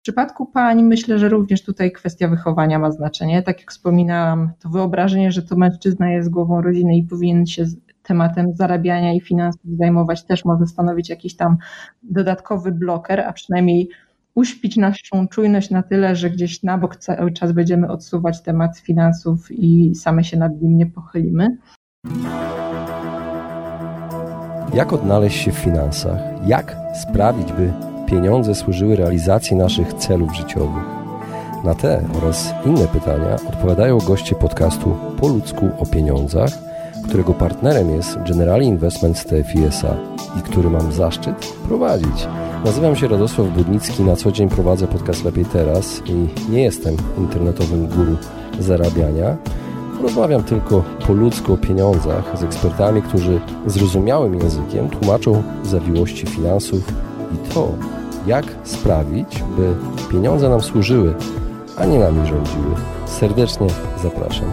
W przypadku pań myślę, że również tutaj kwestia wychowania ma znaczenie. Tak jak wspominałam, to wyobrażenie, że to mężczyzna jest głową rodziny i powinien się tematem zarabiania i finansów zajmować, też może stanowić jakiś tam dodatkowy bloker, a przynajmniej uśpić naszą czujność na tyle, że gdzieś na bok cały czas będziemy odsuwać temat finansów i same się nad nim nie pochylimy. Jak odnaleźć się w finansach? Jak sprawić, by pieniądze służyły realizacji naszych celów życiowych? Na te oraz inne pytania odpowiadają goście podcastu Po ludzku o pieniądzach, którego partnerem jest Generali Investments TFI SA i który mam zaszczyt prowadzić. Nazywam się Radosław Budnicki, na co dzień prowadzę podcast Lepiej Teraz i nie jestem internetowym guru zarabiania. Rozmawiam tylko po ludzku o pieniądzach z ekspertami, którzy zrozumiałym językiem tłumaczą zawiłości finansów i to, jak sprawić, by pieniądze nam służyły, a nie nami rządziły. Serdecznie zapraszam.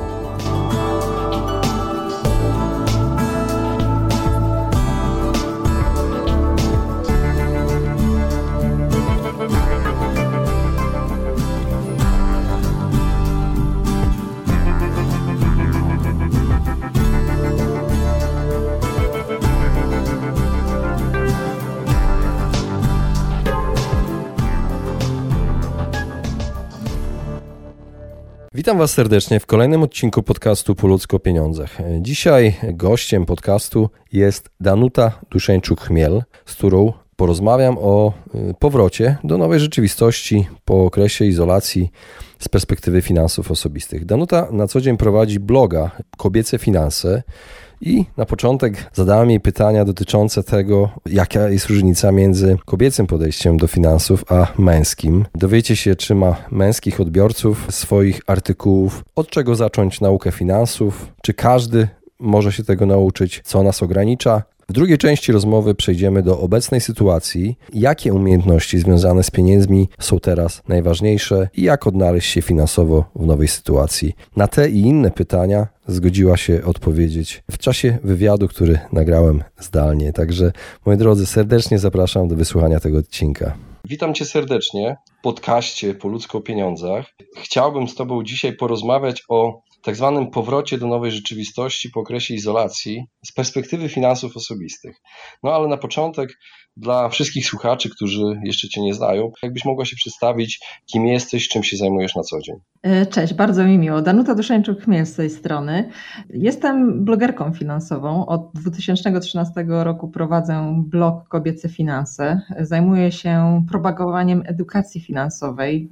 Witam Was serdecznie w kolejnym odcinku podcastu Po ludzku o pieniądzach. Dzisiaj gościem podcastu jest Danuta Duszeńczuk-Chmiel, z którą porozmawiam o powrocie do nowej rzeczywistości po okresie izolacji z perspektywy finansów osobistych. Danuta na co dzień prowadzi bloga Kobiece Finanse i na początek zadałem jej pytania dotyczące tego, jaka jest różnica między kobiecym podejściem do finansów a męskim. Dowiecie się, czy ma męskich odbiorców swoich artykułów, od czego zacząć naukę finansów, czy każdy może się tego nauczyć, co nas ogranicza. W drugiej części rozmowy przejdziemy do obecnej sytuacji, jakie umiejętności związane z pieniędzmi są teraz najważniejsze i jak odnaleźć się finansowo w nowej sytuacji. Na te i inne pytania zgodziła się odpowiedzieć w czasie wywiadu, który nagrałem zdalnie. Także, moi drodzy, serdecznie zapraszam do wysłuchania tego odcinka. Witam Cię serdecznie w podcaście Po ludzku o pieniądzach. Chciałbym z Tobą dzisiaj porozmawiać o tak zwanym powrocie do nowej rzeczywistości po okresie izolacji z perspektywy finansów osobistych. No ale na początek dla wszystkich słuchaczy, którzy jeszcze Cię nie znają, jakbyś mogła się przedstawić, kim jesteś, czym się zajmujesz na co dzień. Cześć, bardzo mi miło. Danuta Duszeńczuk-Chmiel z tej strony. Jestem blogerką finansową. Od 2013 roku prowadzę blog Kobiece Finanse. Zajmuję się propagowaniem edukacji finansowej.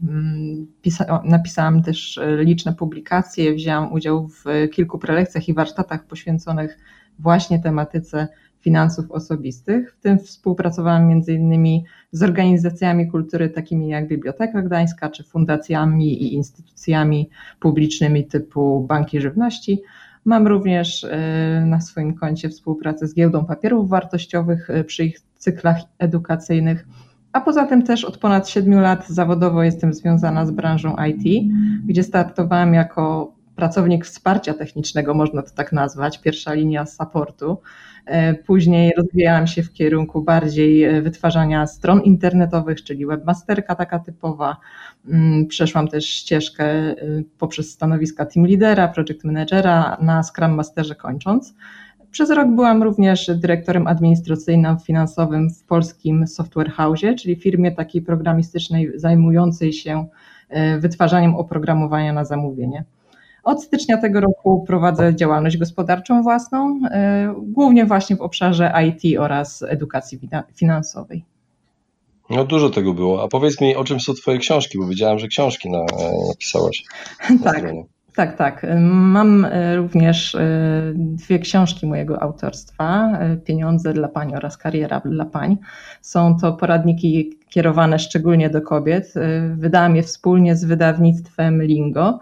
Napisałam też liczne publikacje, wzięłam udział w kilku prelekcjach i warsztatach poświęconych właśnie tematyce finansów osobistych. W tym współpracowałam m.in. z organizacjami kultury takimi jak Biblioteka Gdańska, czy fundacjami i instytucjami publicznymi typu Banki Żywności. Mam również na swoim koncie współpracę z Giełdą Papierów Wartościowych przy ich cyklach edukacyjnych, a poza tym też od ponad 7 lat zawodowo jestem związana z branżą IT, gdzie startowałam jako pracownik wsparcia technicznego, można to tak nazwać, pierwsza linia supportu. Później rozwijałam się w kierunku bardziej wytwarzania stron internetowych, czyli webmasterka taka typowa. Przeszłam też ścieżkę poprzez stanowiska team leadera, project managera, na Scrum Masterze kończąc. Przez rok byłam również dyrektorem administracyjno-finansowym w polskim Software House, czyli firmie takiej programistycznej zajmującej się wytwarzaniem oprogramowania na zamówienie. Od stycznia tego roku prowadzę działalność gospodarczą własną, głównie właśnie w obszarze IT oraz edukacji finansowej. No dużo tego było. A powiedz mi, o czym są Twoje książki, bo wiedziałem, że książki napisałaś. Tak. Mam również 2 książki mojego autorstwa, Pieniądze dla pań oraz Kariera dla pań. Są to poradniki kierowane szczególnie do kobiet. Wydałam je wspólnie z wydawnictwem Lingo.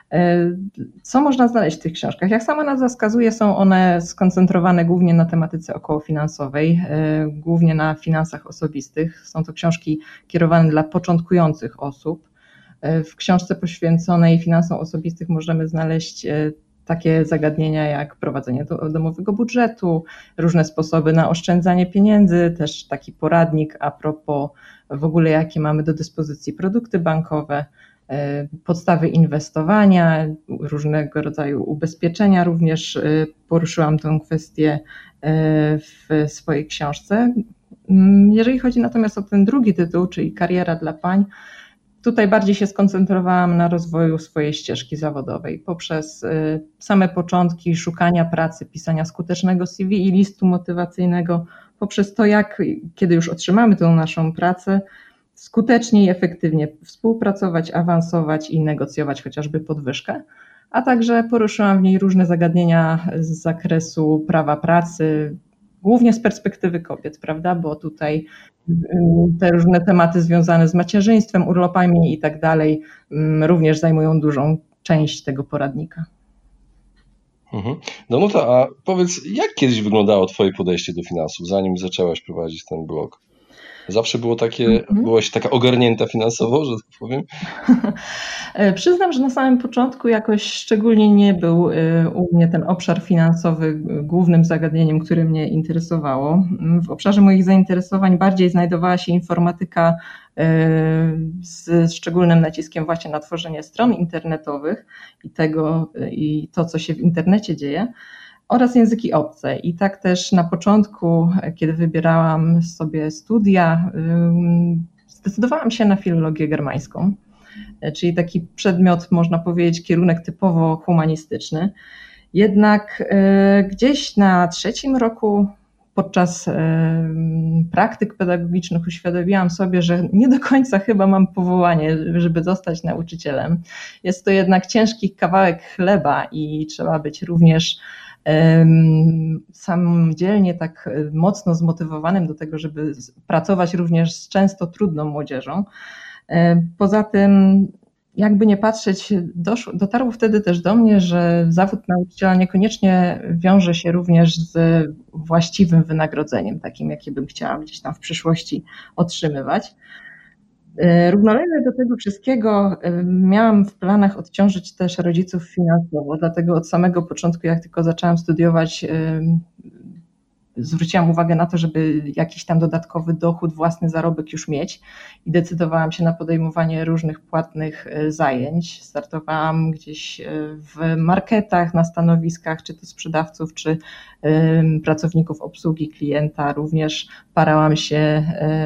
Co można znaleźć w tych książkach? Jak sama nazwa wskazuje, są one skoncentrowane głównie na tematyce okołofinansowej, głównie na finansach osobistych. Są to książki kierowane dla początkujących osób. W książce poświęconej finansom osobistych możemy znaleźć takie zagadnienia jak prowadzenie domowego budżetu, różne sposoby na oszczędzanie pieniędzy, też taki poradnik a propos w ogóle jakie mamy do dyspozycji produkty bankowe, podstawy inwestowania, różnego rodzaju ubezpieczenia. Również poruszyłam tę kwestię w swojej książce. Jeżeli chodzi natomiast o ten drugi tytuł, czyli Kariera dla pań, tutaj bardziej się skoncentrowałam na rozwoju swojej ścieżki zawodowej poprzez same początki szukania pracy, pisania skutecznego CV i listu motywacyjnego, poprzez to, jak kiedy już otrzymamy tę naszą pracę, skutecznie i efektywnie współpracować, awansować i negocjować chociażby podwyżkę. A także poruszyłam w niej różne zagadnienia z zakresu prawa pracy, głównie z perspektywy kobiet, prawda, bo tutaj te różne tematy związane z macierzyństwem, urlopami i tak dalej również zajmują dużą część tego poradnika. Danuta, a powiedz, jak kiedyś wyglądało Twoje podejście do finansów, zanim zaczęłaś prowadzić ten blog? Zawsze było takie, byłaś taka ogarnięta finansowo, że tak powiem? Przyznam, że na samym początku jakoś szczególnie nie był u mnie ten obszar finansowy głównym zagadnieniem, które mnie interesowało. W obszarze moich zainteresowań bardziej znajdowała się informatyka z szczególnym naciskiem właśnie na tworzenie stron internetowych i to, co się w internecie dzieje, oraz języki obce. I tak też na początku, kiedy wybierałam sobie studia, zdecydowałam się na filologię germańską, czyli taki przedmiot, można powiedzieć, kierunek typowo humanistyczny. Jednak gdzieś na 3. roku podczas praktyk pedagogicznych uświadomiłam sobie, że nie do końca chyba mam powołanie, żeby zostać nauczycielem. Jest to jednak ciężki kawałek chleba i trzeba być również samodzielnie tak mocno zmotywowanym do tego, żeby pracować również z często trudną młodzieżą. Poza tym, jakby nie patrzeć, dotarło wtedy też do mnie, że zawód nauczyciela niekoniecznie wiąże się również z właściwym wynagrodzeniem, takim jakie bym chciała gdzieś tam w przyszłości otrzymywać. Równolegle do tego wszystkiego miałam w planach odciążyć też rodziców finansowo, dlatego od samego początku, jak tylko zaczęłam studiować, zwróciłam uwagę na to, żeby jakiś tam dodatkowy dochód, własny zarobek już mieć i decydowałam się na podejmowanie różnych płatnych zajęć. Startowałam gdzieś w marketach, na stanowiskach, czy to sprzedawców, czy pracowników obsługi klienta. Również parałam się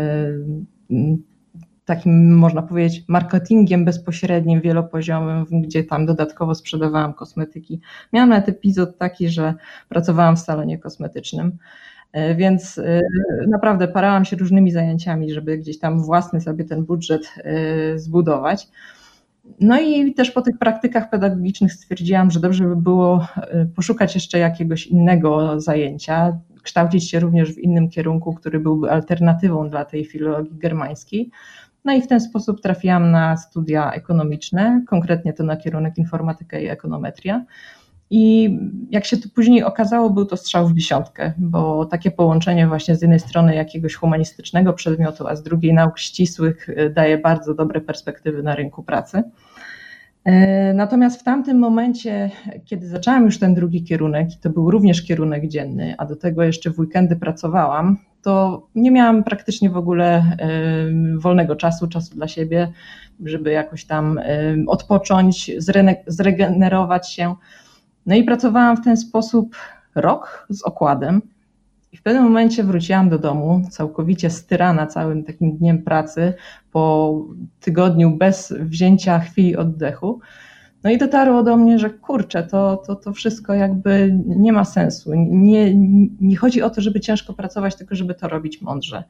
takim, można powiedzieć, marketingiem bezpośrednim, wielopoziomym, gdzie tam dodatkowo sprzedawałam kosmetyki. Miałam nawet epizod taki, że pracowałam w salonie kosmetycznym, więc naprawdę parałam się różnymi zajęciami, żeby gdzieś tam własny sobie ten budżet zbudować. No i też po tych praktykach pedagogicznych stwierdziłam, że dobrze by było poszukać jeszcze jakiegoś innego zajęcia, kształcić się również w innym kierunku, który byłby alternatywą dla tej filologii germańskiej. No i w ten sposób trafiłam na studia ekonomiczne, konkretnie to na kierunek informatyka i ekonometria. I jak się to później okazało, był to strzał w dziesiątkę, bo takie połączenie właśnie z jednej strony jakiegoś humanistycznego przedmiotu, a z drugiej nauk ścisłych daje bardzo dobre perspektywy na rynku pracy. Natomiast w tamtym momencie, kiedy zaczęłam już ten drugi kierunek, i to był również kierunek dzienny, a do tego jeszcze w weekendy pracowałam, to nie miałam praktycznie w ogóle wolnego czasu dla siebie, żeby jakoś tam odpocząć, zregenerować się. No i pracowałam w ten sposób rok z okładem i w pewnym momencie wróciłam do domu całkowicie styrana całym takim dniem pracy, po tygodniu bez wzięcia chwili oddechu. No i dotarło do mnie, że kurczę, to wszystko jakby nie ma sensu. Nie chodzi o to, żeby ciężko pracować, tylko żeby to robić mądrze.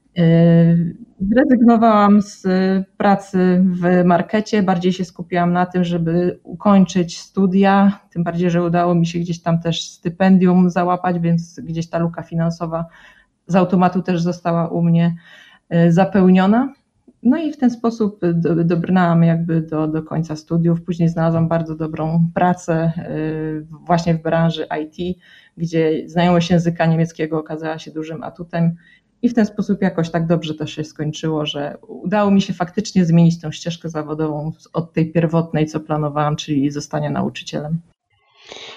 Zrezygnowałam z pracy w markecie, bardziej się skupiłam na tym, żeby ukończyć studia, tym bardziej, że udało mi się gdzieś tam też stypendium załapać, więc gdzieś ta luka finansowa z automatu też została u mnie zapełniona. No i w ten sposób dobrnęłam jakby do końca studiów. Później znalazłam bardzo dobrą pracę właśnie w branży IT, gdzie znajomość języka niemieckiego okazała się dużym atutem. I w ten sposób jakoś tak dobrze to się skończyło, że udało mi się faktycznie zmienić tę ścieżkę zawodową od tej pierwotnej, co planowałam, czyli zostania nauczycielem.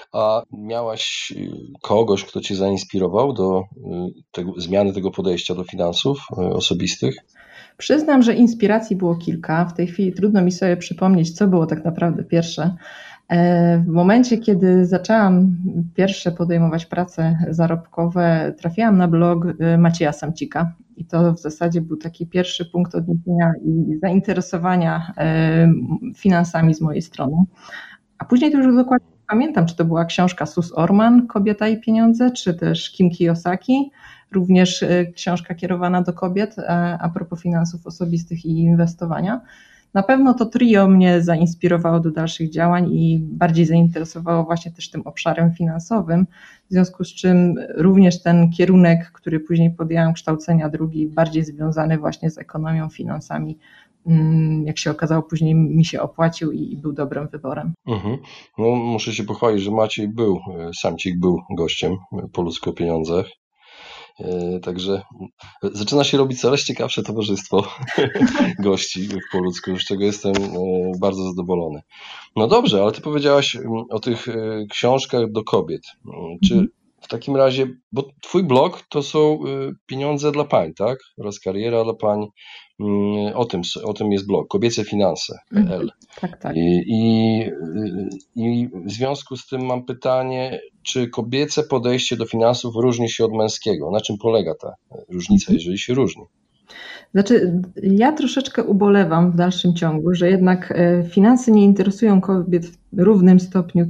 A miałaś kogoś, kto cię zainspirował do zmiany tego podejścia do finansów osobistych? Przyznam, że inspiracji było kilka. W tej chwili trudno mi sobie przypomnieć, co było tak naprawdę pierwsze. W momencie, kiedy zaczęłam pierwsze podejmować prace zarobkowe, trafiłam na blog Macieja Samcika i to w zasadzie był taki pierwszy punkt odniesienia i zainteresowania finansami z mojej strony. A później to już dokładnie pamiętam, czy to była książka Sus Orman, Kobieta i pieniądze, czy też Kim Kiyosaki, również książka kierowana do kobiet a propos finansów osobistych i inwestowania. Na pewno to trio mnie zainspirowało do dalszych działań i bardziej zainteresowało właśnie też tym obszarem finansowym, w związku z czym również ten kierunek, który później podjęłam, kształcenia drugi, bardziej związany właśnie z ekonomią, finansami, jak się okazało, później mi się opłacił i był dobrym wyborem. No, muszę się pochwalić, że Maciej Samcik był gościem Po ludzku o pieniądzach. Także zaczyna się robić coraz ciekawsze towarzystwo gości w Po ludzku, z czego jestem bardzo zadowolony. No dobrze, ale ty powiedziałaś o tych książkach do kobiet. Czy w takim razie, bo twój blog to są pieniądze dla pań, tak? Oraz kariera dla pań. O tym jest blog, kobiecefinanse.pl. Tak. I w związku z tym mam pytanie, czy kobiece podejście do finansów różni się od męskiego? Na czym polega ta różnica, jeżeli się różni? Znaczy, ja troszeczkę ubolewam w dalszym ciągu, że jednak finanse nie interesują kobiet w równym stopniu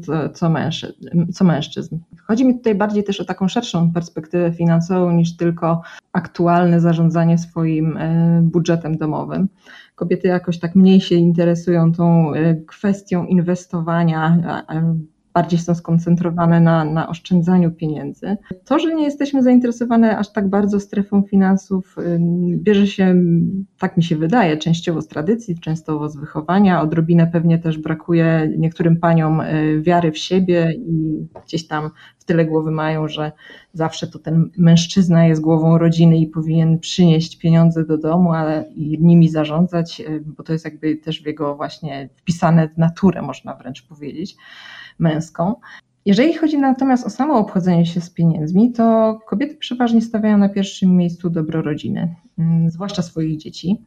co mężczyzn. Chodzi mi tutaj bardziej też o taką szerszą perspektywę finansową niż tylko aktualne zarządzanie swoim budżetem domowym. Kobiety jakoś tak mniej się interesują tą kwestią inwestowania, bardziej są skoncentrowane na oszczędzaniu pieniędzy. To, że nie jesteśmy zainteresowane aż tak bardzo strefą finansów, bierze się, tak mi się wydaje, częściowo z tradycji, częściowo z wychowania. Odrobinę pewnie też brakuje niektórym paniom wiary w siebie i gdzieś tam w tyle głowy mają, że zawsze to ten mężczyzna jest głową rodziny i powinien przynieść pieniądze do domu, ale i nimi zarządzać, bo to jest jakby też w jego właśnie wpisane w naturę, można wręcz powiedzieć, męską. Jeżeli chodzi natomiast o samo obchodzenie się z pieniędzmi, to kobiety przeważnie stawiają na pierwszym miejscu dobro rodziny, zwłaszcza swoich dzieci.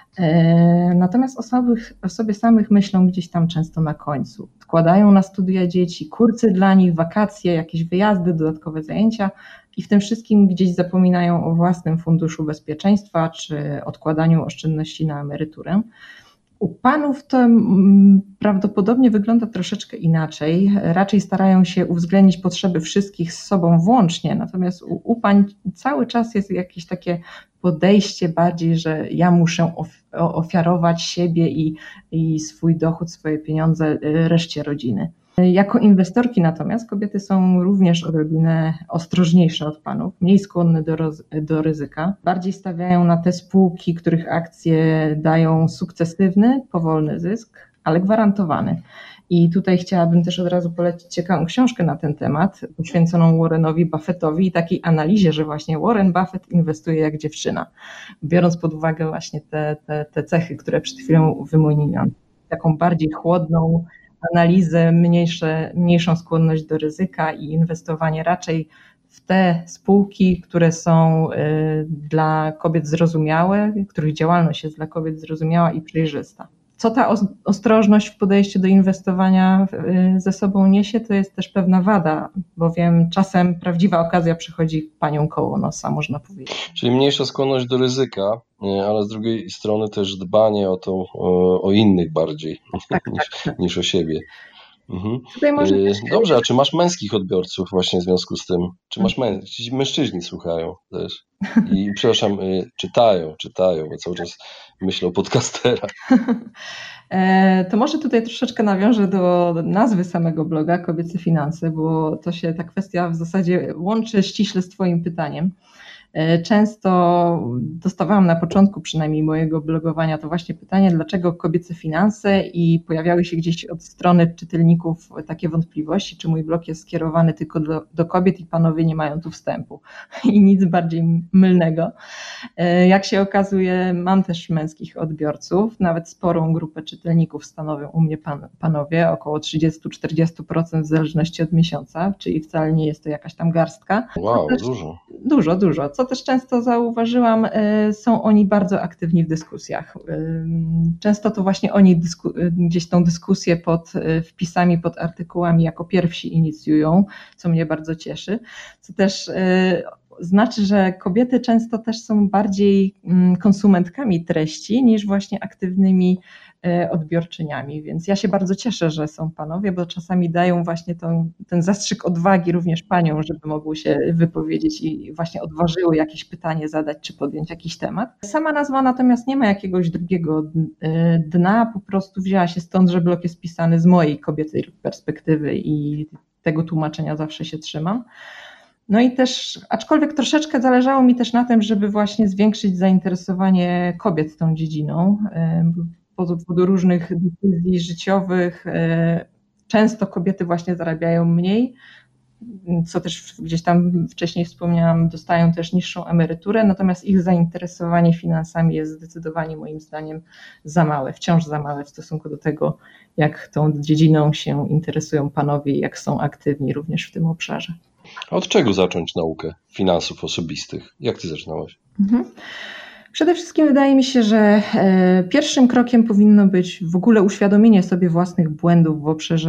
Natomiast o sobie samych myślą gdzieś tam często na końcu. Odkładają na studia dzieci, kursy dla nich, wakacje, jakieś wyjazdy, dodatkowe zajęcia i w tym wszystkim gdzieś zapominają o własnym funduszu bezpieczeństwa czy odkładaniu oszczędności na emeryturę. U panów to prawdopodobnie wygląda troszeczkę inaczej. Raczej starają się uwzględnić potrzeby wszystkich z sobą włącznie, natomiast u pań cały czas jest jakieś takie podejście bardziej, że ja muszę ofiarować siebie i swój dochód, swoje pieniądze reszcie rodziny. Jako inwestorki natomiast kobiety są również odrobinę ostrożniejsze od panów, mniej skłonne do ryzyka. Bardziej stawiają na te spółki, których akcje dają sukcesywny, powolny zysk, ale gwarantowany. I tutaj chciałabym też od razu polecić ciekawą książkę na ten temat, poświęconą Warrenowi Buffettowi i takiej analizie, że właśnie Warren Buffett inwestuje jak dziewczyna, biorąc pod uwagę właśnie te cechy, które przed chwilą wymieniłam. Taką bardziej chłodną analizę, mniejszą skłonność do ryzyka i inwestowanie raczej w te spółki, które są dla kobiet zrozumiałe, których działalność jest dla kobiet zrozumiała i przejrzysta. Co ta ostrożność w podejściu do inwestowania ze sobą niesie, to jest też pewna wada, bowiem czasem prawdziwa okazja przychodzi panią koło nosa, można powiedzieć. Czyli mniejsza skłonność do ryzyka, ale z drugiej strony też dbanie o innych bardziej niż o siebie. Dobrze, a czy masz męskich odbiorców właśnie w związku z tym? Czy masz mężczyźni słuchają też? I przepraszam, czytają, bo cały czas myślę o podcasterach. To może tutaj troszeczkę nawiążę do nazwy samego bloga Kobiece Finanse, bo to się ta kwestia w zasadzie łączy ściśle z twoim pytaniem. Często dostawałam na początku przynajmniej mojego blogowania to właśnie pytanie, dlaczego kobiece finanse, i pojawiały się gdzieś od strony czytelników takie wątpliwości, czy mój blog jest skierowany tylko do kobiet i panowie nie mają tu wstępu. I nic bardziej mylnego. Jak się okazuje, mam też męskich odbiorców, nawet sporą grupę czytelników stanowią u mnie panowie, około 30-40% w zależności od miesiąca, czyli wcale nie jest to jakaś tam garstka. Wow, dużo. Dużo. Co też często zauważyłam, są oni bardzo aktywni w dyskusjach. Często to właśnie oni gdzieś tą dyskusję pod wpisami, pod artykułami jako pierwsi inicjują, co mnie bardzo cieszy, co też znaczy, że kobiety często też są bardziej konsumentkami treści niż właśnie aktywnymi odbiorczyniami, więc ja się bardzo cieszę, że są panowie, bo czasami dają właśnie ten zastrzyk odwagi również paniom, żeby mogły się wypowiedzieć i właśnie odważyły jakieś pytanie zadać czy podjąć jakiś temat. Sama nazwa natomiast nie ma jakiegoś drugiego dna, po prostu wzięła się stąd, że blog jest pisany z mojej kobiecej perspektywy i tego tłumaczenia zawsze się trzymam. No i też, aczkolwiek troszeczkę zależało mi też na tym, żeby właśnie zwiększyć zainteresowanie kobiet tą dziedziną. Z powodu różnych decyzji życiowych często kobiety właśnie zarabiają mniej, co też gdzieś tam wcześniej wspomniałam, dostają też niższą emeryturę, natomiast ich zainteresowanie finansami jest zdecydowanie moim zdaniem wciąż za małe w stosunku do tego, jak tą dziedziną się interesują panowie i jak są aktywni również w tym obszarze. A od czego zacząć naukę finansów osobistych? Jak ty zaczynałaś? Przede wszystkim wydaje mi się, że pierwszym krokiem powinno być w ogóle uświadomienie sobie własnych błędów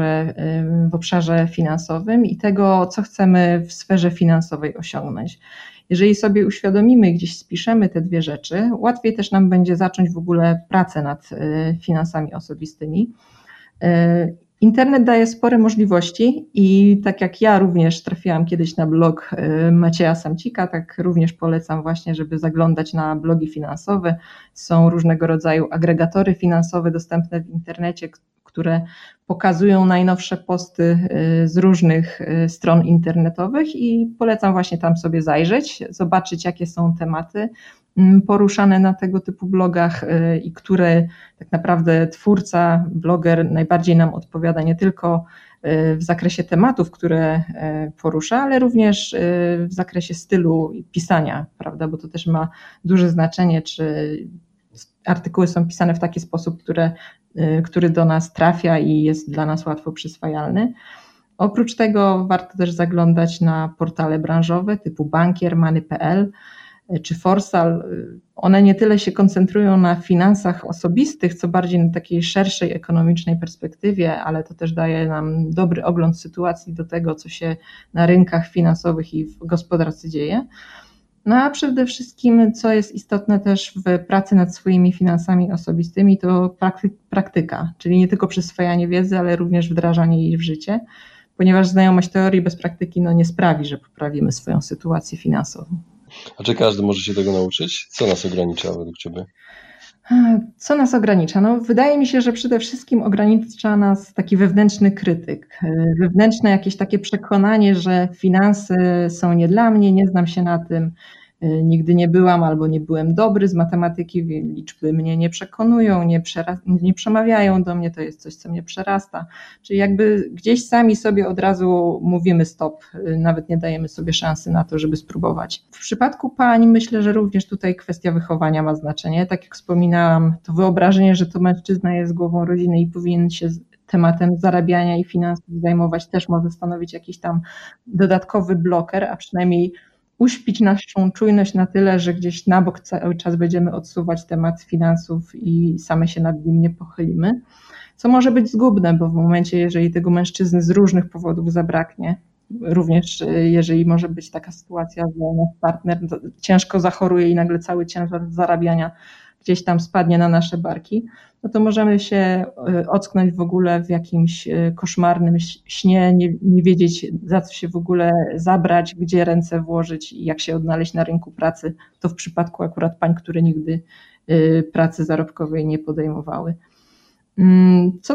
w obszarze finansowym i tego, co chcemy w sferze finansowej osiągnąć. Jeżeli sobie uświadomimy, gdzieś spiszemy te dwie rzeczy, łatwiej też nam będzie zacząć w ogóle pracę nad finansami osobistymi. Internet daje spore możliwości i tak jak ja również trafiłam kiedyś na blog Macieja Samcika, tak również polecam właśnie, żeby zaglądać na blogi finansowe. Są różnego rodzaju agregatory finansowe dostępne w internecie, które pokazują najnowsze posty z różnych stron internetowych i polecam właśnie tam sobie zajrzeć, zobaczyć jakie są tematy poruszane na tego typu blogach i które tak naprawdę twórca, bloger najbardziej nam odpowiada nie tylko w zakresie tematów, które porusza, ale również w zakresie stylu pisania, prawda, bo to też ma duże znaczenie, czy artykuły są pisane w taki sposób, który do nas trafia i jest dla nas łatwo przyswajalny. Oprócz tego warto też zaglądać na portale branżowe typu Bankier, Money.pl czy Forsal. One nie tyle się koncentrują na finansach osobistych, co bardziej na takiej szerszej ekonomicznej perspektywie, ale to też daje nam dobry ogląd sytuacji do tego, co się na rynkach finansowych i w gospodarce dzieje. No a przede wszystkim, co jest istotne też w pracy nad swoimi finansami osobistymi, to praktyka, czyli nie tylko przyswajanie wiedzy, ale również wdrażanie jej w życie, ponieważ znajomość teorii bez praktyki nie sprawi, że poprawimy swoją sytuację finansową. A czy każdy może się tego nauczyć? Co nas ogranicza według ciebie? Co nas ogranicza? No, wydaje mi się, że przede wszystkim ogranicza nas taki wewnętrzny krytyk, wewnętrzne jakieś takie przekonanie, że finanse są nie dla mnie, nie znam się na tym, nigdy nie byłam albo nie byłem dobry z matematyki, liczby mnie nie przekonują, nie przemawiają do mnie, to jest coś, co mnie przerasta. Czyli jakby gdzieś sami sobie od razu mówimy stop, nawet nie dajemy sobie szansy na to, żeby spróbować. W przypadku pań myślę, że również tutaj kwestia wychowania ma znaczenie. Tak jak wspominałam, to wyobrażenie, że to mężczyzna jest głową rodziny i powinien się tematem zarabiania i finansów zajmować, też może stanowić jakiś tam dodatkowy bloker, a przynajmniej uśpić naszą czujność na tyle, że gdzieś na bok cały czas będziemy odsuwać temat finansów i same się nad nim nie pochylimy, co może być zgubne, bo w momencie, jeżeli tego mężczyzny z różnych powodów zabraknie, również jeżeli może być taka sytuacja, że nasz partner ciężko zachoruje i nagle cały ciężar zarabiania gdzieś tam spadnie na nasze barki, no to możemy się ocknąć w ogóle w jakimś koszmarnym śnie, nie wiedzieć, za co się w ogóle zabrać, gdzie ręce włożyć i jak się odnaleźć na rynku pracy. To w przypadku akurat pań, które nigdy pracy zarobkowej nie podejmowały. Co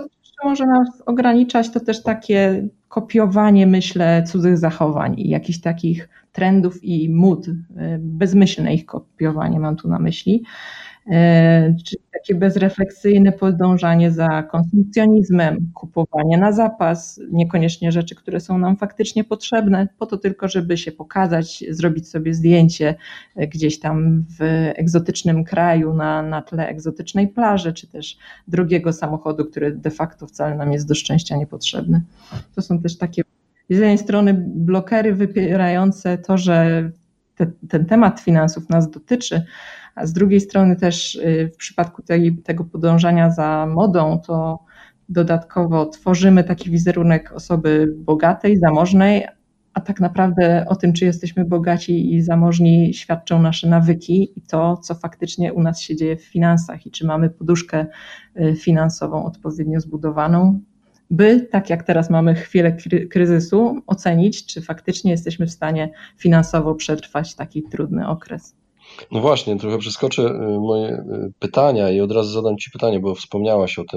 co może nas ograniczać, to też takie kopiowanie, myślę, cudzych zachowań i jakichś takich trendów i mód, bezmyślne ich kopiowanie mam tu na myśli. Czyli takie bezrefleksyjne podążanie za konsumpcjonizmem, kupowanie na zapas, niekoniecznie rzeczy, które są nam faktycznie potrzebne, po to tylko, żeby się pokazać, zrobić sobie zdjęcie gdzieś tam w egzotycznym kraju, na tle egzotycznej plaży, czy też drogiego samochodu, który de facto wcale nam jest do szczęścia niepotrzebny. To są też takie z jednej strony blokery wypierające to, że ten temat finansów nas dotyczy, a z drugiej strony też w przypadku tego podążania za modą, to dodatkowo tworzymy taki wizerunek osoby bogatej, zamożnej, a tak naprawdę o tym, czy jesteśmy bogaci i zamożni, świadczą nasze nawyki i to, co faktycznie u nas się dzieje w finansach i czy mamy poduszkę finansową odpowiednio zbudowaną, by, tak jak teraz mamy chwilę kryzysu, ocenić, czy faktycznie jesteśmy w stanie finansowo przetrwać taki trudny okres. No właśnie, trochę przeskoczę moje pytania i od razu zadam Ci pytanie, bo wspomniałaś o tym.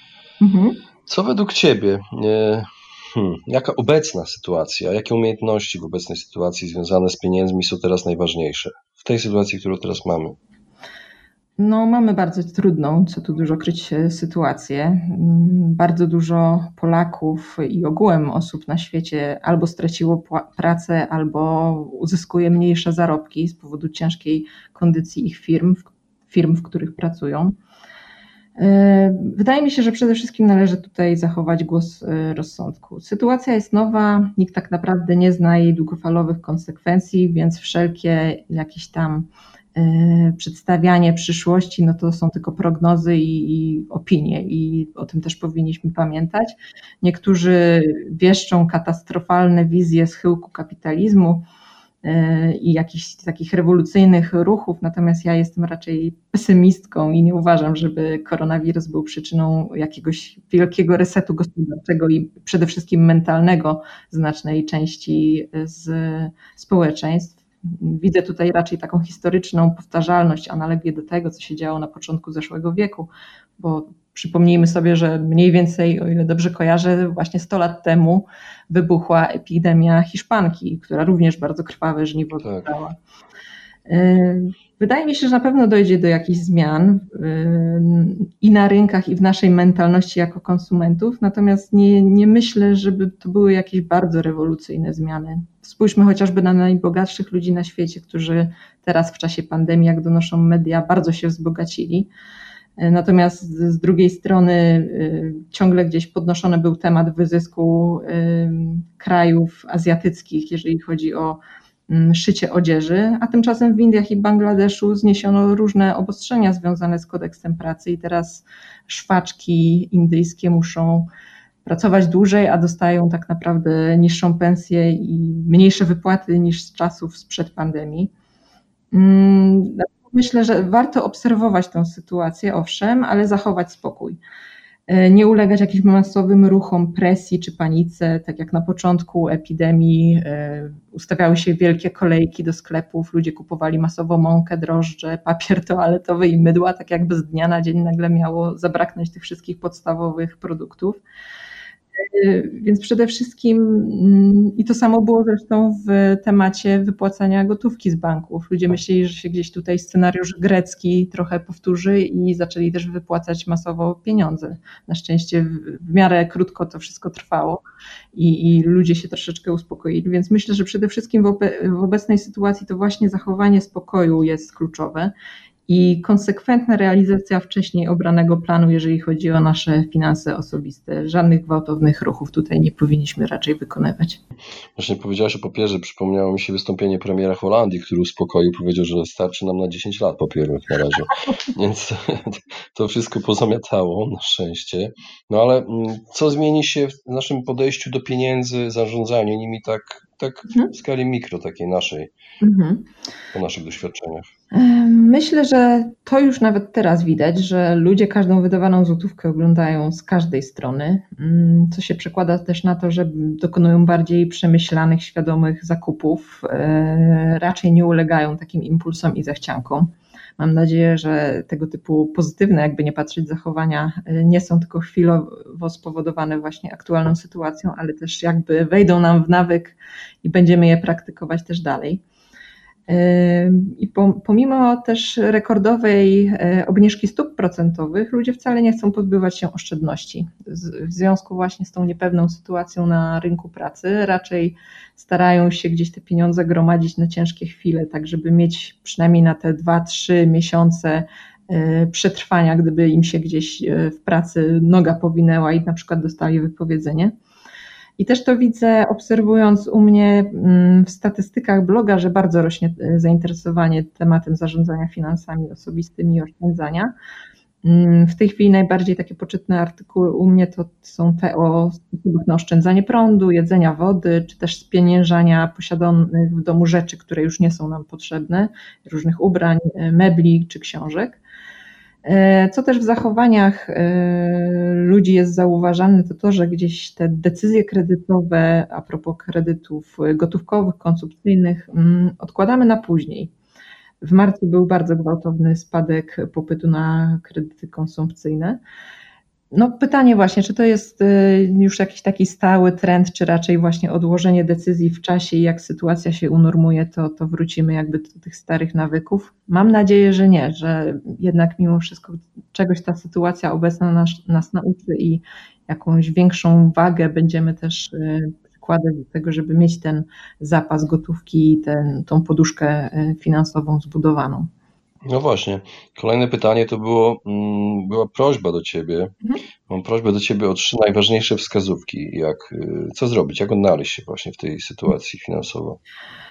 Co według Ciebie, jaka obecna sytuacja, jakie umiejętności w obecnej sytuacji związane z pieniędzmi są teraz najważniejsze? W tej sytuacji, którą teraz mamy. No, mamy bardzo trudną, co tu dużo kryć, sytuację. Bardzo dużo Polaków i ogółem osób na świecie albo straciło pracę, albo uzyskuje mniejsze zarobki z powodu ciężkiej kondycji ich firm, w których pracują. Wydaje mi się, że przede wszystkim należy tutaj zachować głos rozsądku. Sytuacja jest nowa, nikt tak naprawdę nie zna jej długofalowych konsekwencji, więc wszelkie jakieś tam przedstawianie przyszłości, no to są tylko prognozy i opinie i o tym też powinniśmy pamiętać. Niektórzy wieszczą katastrofalne wizje schyłku kapitalizmu i jakichś takich rewolucyjnych ruchów, natomiast ja jestem raczej pesymistką i nie uważam, żeby koronawirus był przyczyną jakiegoś wielkiego resetu gospodarczego i przede wszystkim mentalnego znacznej części z społeczeństw. Widzę tutaj raczej taką historyczną powtarzalność, analogię do tego, co się działo na początku zeszłego wieku, bo przypomnijmy sobie, że mniej więcej, o ile dobrze kojarzę, właśnie 100 lat temu wybuchła epidemia hiszpanki, która również bardzo krwawe żniwo dała. Wydaje mi się, że na pewno dojdzie do jakichś zmian i na rynkach, i w naszej mentalności jako konsumentów, natomiast nie myślę, żeby to były jakieś bardzo rewolucyjne zmiany. Spójrzmy chociażby na najbogatszych ludzi na świecie, którzy teraz w czasie pandemii, jak donoszą media, bardzo się wzbogacili. Natomiast z drugiej strony ciągle gdzieś podnoszony był temat wyzysku krajów azjatyckich, jeżeli chodzi o szycie odzieży, a tymczasem w Indiach i Bangladeszu zniesiono różne obostrzenia związane z kodeksem pracy i teraz szwaczki indyjskie muszą pracować dłużej, a dostają tak naprawdę niższą pensję i mniejsze wypłaty niż z czasów sprzed pandemii. Myślę, że warto obserwować tę sytuację, owszem, ale zachować spokój. Nie ulegać jakimś masowym ruchom, presji czy panice, tak jak na początku epidemii ustawiały się wielkie kolejki do sklepów, ludzie kupowali masowo mąkę, drożdże, papier toaletowy i mydła, tak jakby z dnia na dzień nagle miało zabraknąć tych wszystkich podstawowych produktów. Więc przede wszystkim, i to samo było zresztą w temacie wypłacania gotówki z banków. Ludzie myśleli, że się gdzieś tutaj scenariusz grecki trochę powtórzy i zaczęli też wypłacać masowo pieniądze. Na szczęście w miarę krótko to wszystko trwało i ludzie się troszeczkę uspokoili, więc myślę, że przede wszystkim w obecnej sytuacji to właśnie zachowanie spokoju jest kluczowe i konsekwentna realizacja wcześniej obranego planu, jeżeli chodzi o nasze finanse osobiste. Żadnych gwałtownych ruchów tutaj nie powinniśmy raczej wykonywać. Właśnie powiedziałaś o papierze, przypomniało mi się wystąpienie premiera Holandii, który uspokoił, powiedział, że starczy nam na 10 lat papierów na razie. Więc to wszystko pozamiatało, na szczęście. No ale co zmieni się w naszym podejściu do pieniędzy, zarządzaniu nimi tak w skali mikro, takiej naszej, po naszych doświadczeniach? Myślę, że to już nawet teraz widać, że ludzie każdą wydawaną złotówkę oglądają z każdej strony, co się przekłada też na to, że dokonują bardziej przemyślanych, świadomych zakupów, raczej nie ulegają takim impulsom i zachciankom. Mam nadzieję, że tego typu pozytywne, jakby nie patrzeć, zachowania nie są tylko chwilowo spowodowane właśnie aktualną sytuacją, ale też jakby wejdą nam w nawyk i będziemy je praktykować też dalej. I pomimo też rekordowej obniżki stóp procentowych, ludzie wcale nie chcą pozbywać się oszczędności. W związku właśnie z tą niepewną sytuacją na rynku pracy raczej starają się gdzieś te pieniądze gromadzić na ciężkie chwile, tak żeby mieć przynajmniej na te 2-3 miesiące przetrwania, gdyby im się gdzieś w pracy noga powinęła i na przykład dostali wypowiedzenie. I też to widzę, obserwując u mnie w statystykach bloga, że bardzo rośnie zainteresowanie tematem zarządzania finansami osobistymi i oszczędzania. W tej chwili najbardziej takie poczytne artykuły u mnie to są te o sposobach na oszczędzanie prądu, jedzenia, wody, czy też spieniężania posiadanych w domu rzeczy, które już nie są nam potrzebne, różnych ubrań, mebli czy książek. Co też w zachowaniach ludzi jest zauważane, to, że gdzieś te decyzje kredytowe a propos kredytów gotówkowych, konsumpcyjnych odkładamy na później. W marcu był bardzo gwałtowny spadek popytu na kredyty konsumpcyjne. No pytanie właśnie, czy to jest już jakiś taki stały trend, czy raczej właśnie odłożenie decyzji w czasie i jak sytuacja się unormuje, to wrócimy jakby do tych starych nawyków. Mam nadzieję, że nie, że jednak mimo wszystko czegoś ta sytuacja obecna nas nauczy i jakąś większą wagę będziemy też przykładać do tego, żeby mieć ten zapas gotówki i tą poduszkę finansową zbudowaną. No właśnie, kolejne pytanie to była prośba do Ciebie. Mam prośbę do Ciebie o 3 najważniejsze wskazówki, co zrobić, jak odnaleźć się właśnie w tej sytuacji finansowo.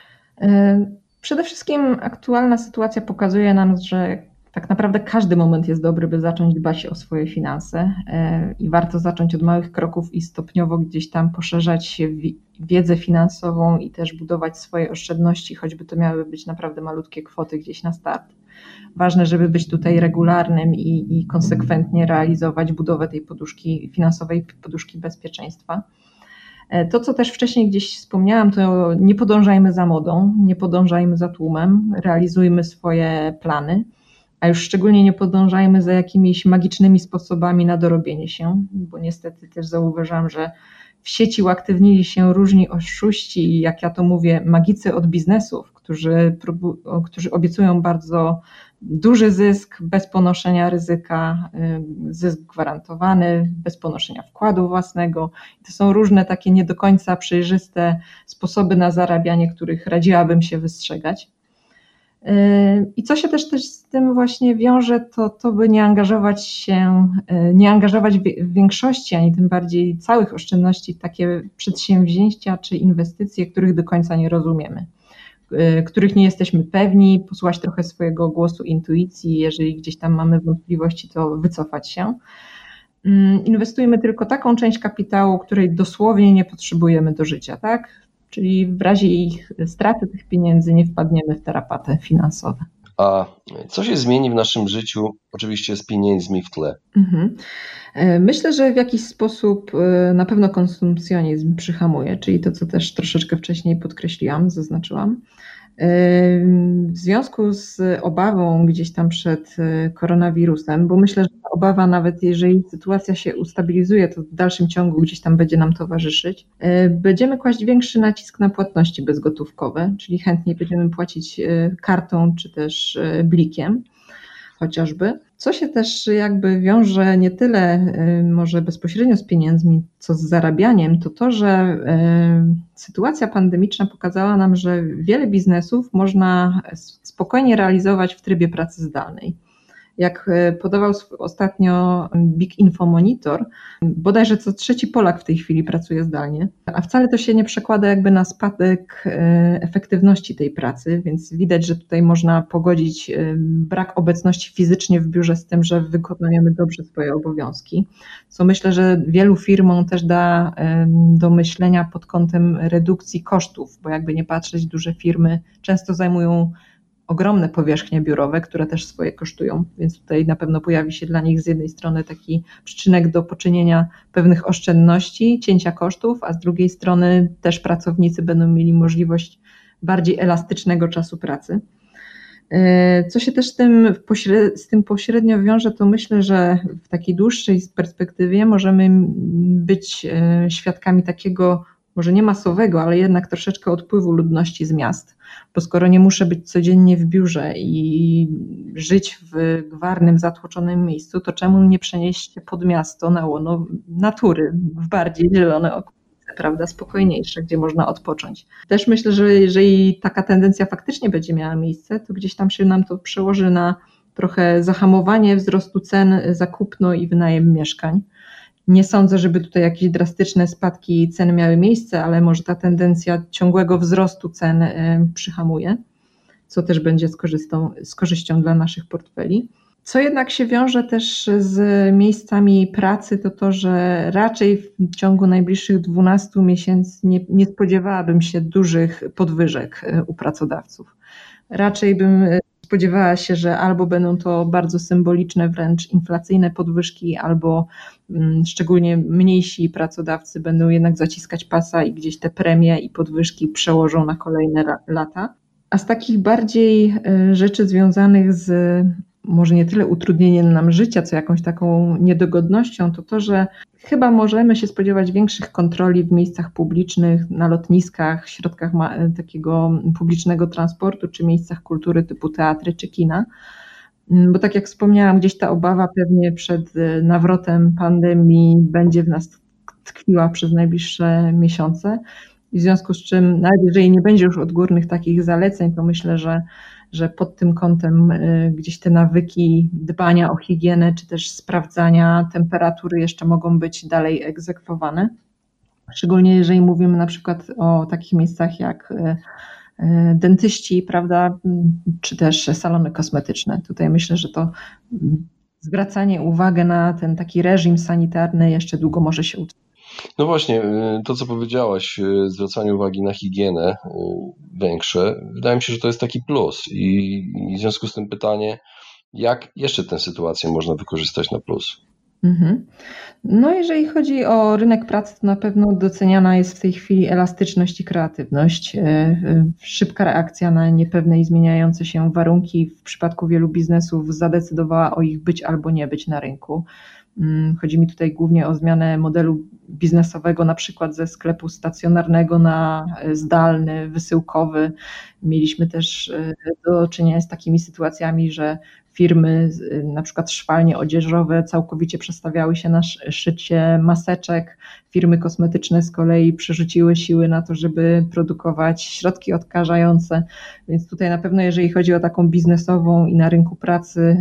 Przede wszystkim aktualna sytuacja pokazuje nam, że tak naprawdę każdy moment jest dobry, by zacząć dbać o swoje finanse i warto zacząć od małych kroków i stopniowo gdzieś tam poszerzać wiedzę finansową i też budować swoje oszczędności, choćby to miały być naprawdę malutkie kwoty gdzieś na start. Ważne, żeby być tutaj regularnym i konsekwentnie realizować budowę tej finansowej poduszki bezpieczeństwa. To, co też wcześniej gdzieś wspomniałam, to nie podążajmy za modą, nie podążajmy za tłumem, realizujmy swoje plany, a już szczególnie nie podążajmy za jakimiś magicznymi sposobami na dorobienie się, bo niestety też zauważam, że w sieci uaktywnili się różni oszuści, jak ja to mówię, magicy od biznesów, którzy obiecują bardzo duży zysk bez ponoszenia ryzyka, zysk gwarantowany, bez ponoszenia wkładu własnego. To są różne takie nie do końca przejrzyste sposoby na zarabianie, których radziłabym się wystrzegać. I co się też z tym właśnie wiąże, to by nie angażować w większości, ani tym bardziej całych oszczędności w takie przedsięwzięcia czy inwestycje, których do końca nie rozumiemy, których nie jesteśmy pewni, posłuchać trochę swojego głosu intuicji, jeżeli gdzieś tam mamy wątpliwości, to wycofać się. Inwestujmy tylko taką część kapitału, której dosłownie nie potrzebujemy do życia, tak? Czyli w razie ich straty tych pieniędzy nie wpadniemy w tarapaty finansowe. A co się zmieni w naszym życiu, oczywiście z pieniędzmi w tle? Myślę, że w jakiś sposób na pewno konsumpcjonizm przyhamuje, czyli to, co też troszeczkę wcześniej podkreśliłam, zaznaczyłam. W związku z obawą gdzieś tam przed koronawirusem, bo myślę, że ta obawa, nawet jeżeli sytuacja się ustabilizuje, to w dalszym ciągu gdzieś tam będzie nam towarzyszyć, będziemy kłaść większy nacisk na płatności bezgotówkowe, czyli chętniej będziemy płacić kartą czy też blikiem chociażby. Co się też jakby wiąże nie tyle może bezpośrednio z pieniędzmi, co z zarabianiem, to, że sytuacja pandemiczna pokazała nam, że wiele biznesów można spokojnie realizować w trybie pracy zdalnej. Jak podawał ostatnio Big Info Monitor, bodajże co 3. Polak w tej chwili pracuje zdalnie, a wcale to się nie przekłada jakby na spadek efektywności tej pracy, więc widać, że tutaj można pogodzić brak obecności fizycznie w biurze z tym, że wykonujemy dobrze swoje obowiązki, co myślę, że wielu firmom też da do myślenia pod kątem redukcji kosztów, bo jakby nie patrzeć, duże firmy często zajmują ogromne powierzchnie biurowe, które też swoje kosztują, więc tutaj na pewno pojawi się dla nich z jednej strony taki przyczynek do poczynienia pewnych oszczędności, cięcia kosztów, a z drugiej strony też pracownicy będą mieli możliwość bardziej elastycznego czasu pracy. Co się też z tym pośrednio wiąże, to myślę, że w takiej dłuższej perspektywie możemy być świadkami takiego, może nie masowego, ale jednak troszeczkę odpływu ludności z miast, bo skoro nie muszę być codziennie w biurze i żyć w gwarnym, zatłoczonym miejscu, to czemu nie przenieść się pod miasto na łono natury, w bardziej zielone okolice, prawda, spokojniejsze, gdzie można odpocząć. Też myślę, że jeżeli taka tendencja faktycznie będzie miała miejsce, to gdzieś tam się nam to przełoży na trochę zahamowanie wzrostu cen za kupno i wynajem mieszkań. Nie sądzę, żeby tutaj jakieś drastyczne spadki cen miały miejsce, ale może ta tendencja ciągłego wzrostu cen przyhamuje, co też będzie z korzyścią dla naszych portfeli. Co jednak się wiąże też z miejscami pracy, to, że raczej w ciągu najbliższych 12 miesięcy nie spodziewałabym się dużych podwyżek u pracodawców. Raczej bym spodziewała się, że albo będą to bardzo symboliczne, wręcz inflacyjne podwyżki, albo szczególnie mniejsi pracodawcy będą jednak zaciskać pasa i gdzieś te premie i podwyżki przełożą na kolejne lata. A z takich bardziej rzeczy związanych z może nie tyle utrudnieniem nam życia, co jakąś taką niedogodnością, to, że chyba możemy się spodziewać większych kontroli w miejscach publicznych, na lotniskach, środkach takiego publicznego transportu, czy miejscach kultury typu teatry czy kina. Bo tak jak wspomniałam, gdzieś ta obawa pewnie przed nawrotem pandemii będzie w nas tkwiła przez najbliższe miesiące. W związku z czym, nawet jeżeli nie będzie już odgórnych takich zaleceń, to myślę, że pod tym kątem gdzieś te nawyki dbania o higienę, czy też sprawdzania temperatury jeszcze mogą być dalej egzekwowane. Szczególnie jeżeli mówimy na przykład o takich miejscach jak dentyści, prawda, czy też salony kosmetyczne. Tutaj myślę, że to zwracanie uwagi na ten taki reżim sanitarny jeszcze długo może się utrzymać. No właśnie, to co powiedziałaś, zwracanie uwagi na higienę większe, wydaje mi się, że to jest taki plus i w związku z tym pytanie, jak jeszcze tę sytuację można wykorzystać na plus? No jeżeli chodzi o rynek pracy, to na pewno doceniana jest w tej chwili elastyczność i kreatywność. Szybka reakcja na niepewne i zmieniające się warunki w przypadku wielu biznesów zadecydowała o ich być albo nie być na rynku. Chodzi mi tutaj głównie o zmianę modelu biznesowego, na przykład ze sklepu stacjonarnego na zdalny, wysyłkowy. Mieliśmy też do czynienia z takimi sytuacjami, że firmy, na przykład szwalnie odzieżowe, całkowicie przestawiały się na szycie maseczek. Firmy kosmetyczne z kolei przerzuciły siły na to, żeby produkować środki odkażające. Więc tutaj na pewno, jeżeli chodzi o taką biznesową i na rynku pracy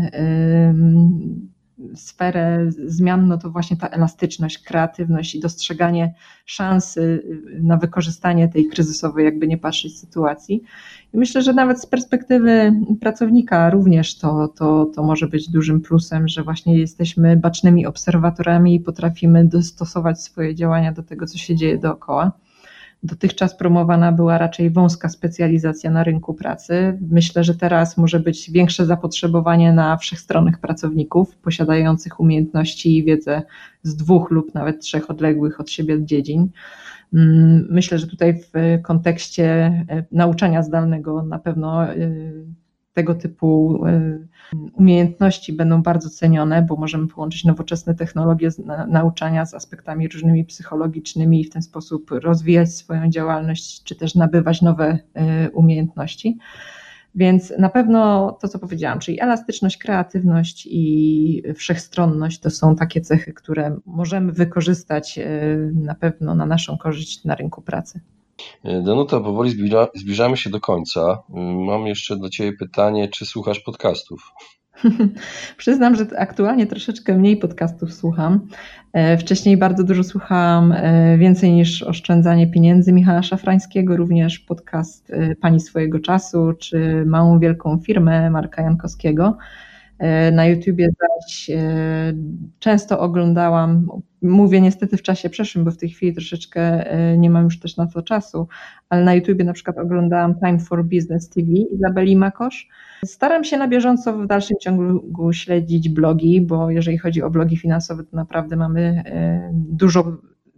sferę zmian, no to właśnie ta elastyczność, kreatywność i dostrzeganie szansy na wykorzystanie tej kryzysowej, jakby nie patrzeć, sytuacji. I myślę, że nawet z perspektywy pracownika również to może być dużym plusem, że właśnie jesteśmy bacznymi obserwatorami i potrafimy dostosować swoje działania do tego, co się dzieje dookoła. Dotychczas promowana była raczej wąska specjalizacja na rynku pracy. Myślę, że teraz może być większe zapotrzebowanie na wszechstronnych pracowników posiadających umiejętności i wiedzę z 2 lub nawet 3 odległych od siebie dziedzin. Myślę, że tutaj w kontekście nauczania zdalnego na pewno tego typu umiejętności będą bardzo cenione, bo możemy połączyć nowoczesne technologie nauczania z aspektami różnymi psychologicznymi i w ten sposób rozwijać swoją działalność, czy też nabywać nowe umiejętności. Więc na pewno to, co powiedziałam, czyli elastyczność, kreatywność i wszechstronność to są takie cechy, które możemy wykorzystać na pewno na naszą korzyść na rynku pracy. Danuta, powoli zbliżamy się do końca. Mam jeszcze do Ciebie pytanie, czy słuchasz podcastów? Przyznam, że aktualnie troszeczkę mniej podcastów słucham. Wcześniej bardzo dużo słuchałam Więcej niż oszczędzanie pieniędzy Michała Szafrańskiego, również podcast Pani swojego czasu, czy Małą wielką firmę Marka Jankowskiego. Na YouTubie zaś często oglądałam, mówię niestety w czasie przeszłym, bo w tej chwili troszeczkę nie mam już też na to czasu, ale na YouTubie na przykład oglądałam Time for Business TV Izabeli Makosz. Staram się na bieżąco w dalszym ciągu śledzić blogi, bo jeżeli chodzi o blogi finansowe, to naprawdę mamy dużo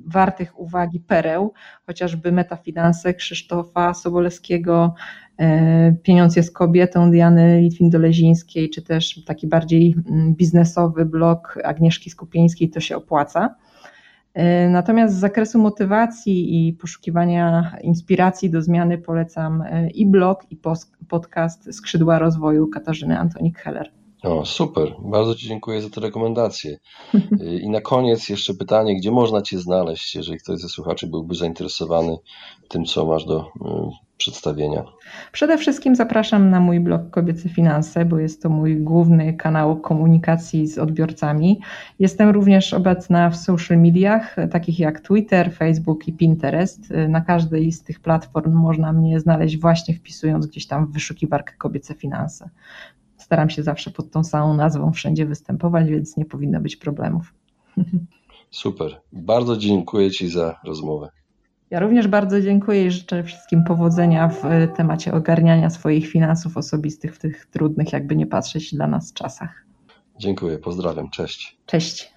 wartych uwagi pereł, chociażby Metafinanse Krzysztofa Sobolewskiego, Pieniądz jest kobietą Diany Litwin-Dolezińskiej, czy też taki bardziej biznesowy blog Agnieszki Skupieńskiej, To się opłaca. Natomiast z zakresu motywacji i poszukiwania inspiracji do zmiany polecam i blog, i podcast Skrzydła Rozwoju Katarzyny Antonik-Heller. O, super, bardzo Ci dziękuję za te rekomendacje. I na koniec jeszcze pytanie, gdzie można Cię znaleźć, jeżeli ktoś ze słuchaczy byłby zainteresowany tym, co masz do przedstawienia? Przede wszystkim zapraszam na mój blog Kobiece Finanse, bo jest to mój główny kanał komunikacji z odbiorcami. Jestem również obecna w social mediach, takich jak Twitter, Facebook i Pinterest. Na każdej z tych platform można mnie znaleźć właśnie wpisując gdzieś tam w wyszukiwarkę Kobiece Finanse. Staram się zawsze pod tą samą nazwą wszędzie występować, więc nie powinno być problemów. Super. Bardzo dziękuję Ci za rozmowę. Ja również bardzo dziękuję i życzę wszystkim powodzenia w temacie ogarniania swoich finansów osobistych w tych trudnych, jakby nie patrzeć, dla nas czasach. Dziękuję, pozdrawiam, cześć. Cześć.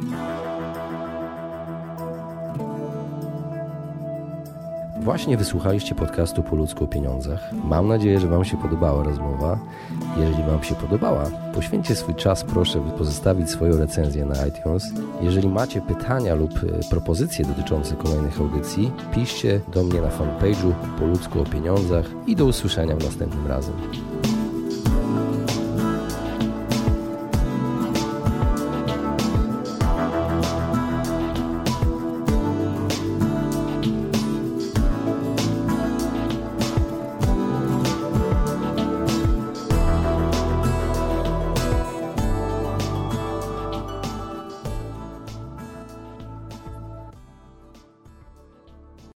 Właśnie wysłuchaliście podcastu Po ludzku o pieniądzach. Mam nadzieję, że Wam się podobała rozmowa. Jeżeli Wam się podobała, poświęćcie swój czas, proszę, by pozostawić swoją recenzję na iTunes. Jeżeli macie pytania lub propozycje dotyczące kolejnych audycji, piszcie do mnie na fanpage'u Po ludzku o pieniądzach i do usłyszenia następnym razem.